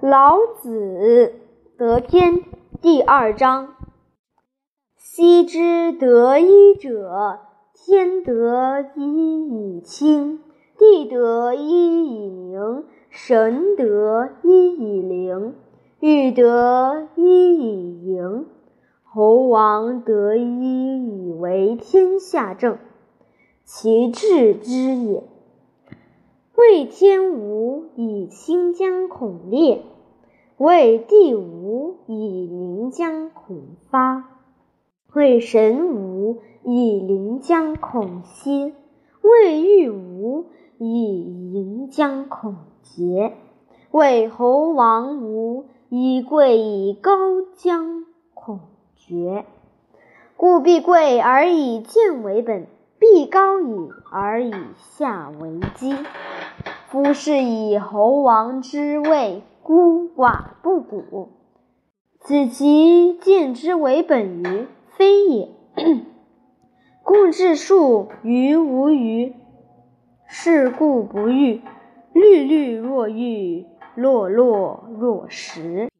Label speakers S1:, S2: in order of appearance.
S1: 老子得篇第2章：昔之得一者，天得一以清，地得一以明，神得一以灵，禹得一以盈，侯王得一以为天下正。其治之也。为天无以清江孔烈，为地无以临江孔发，为神无以临江孔歇，为玉无以盈江孔洁，为侯王无以贵以高江孔绝。故必贵而以贱为本，必高以而以下为基。夫是以侯王之位孤寡不古，此其贱之为本于，非也。故治术于无余，是故不遇。虑虑若玉，落落若石。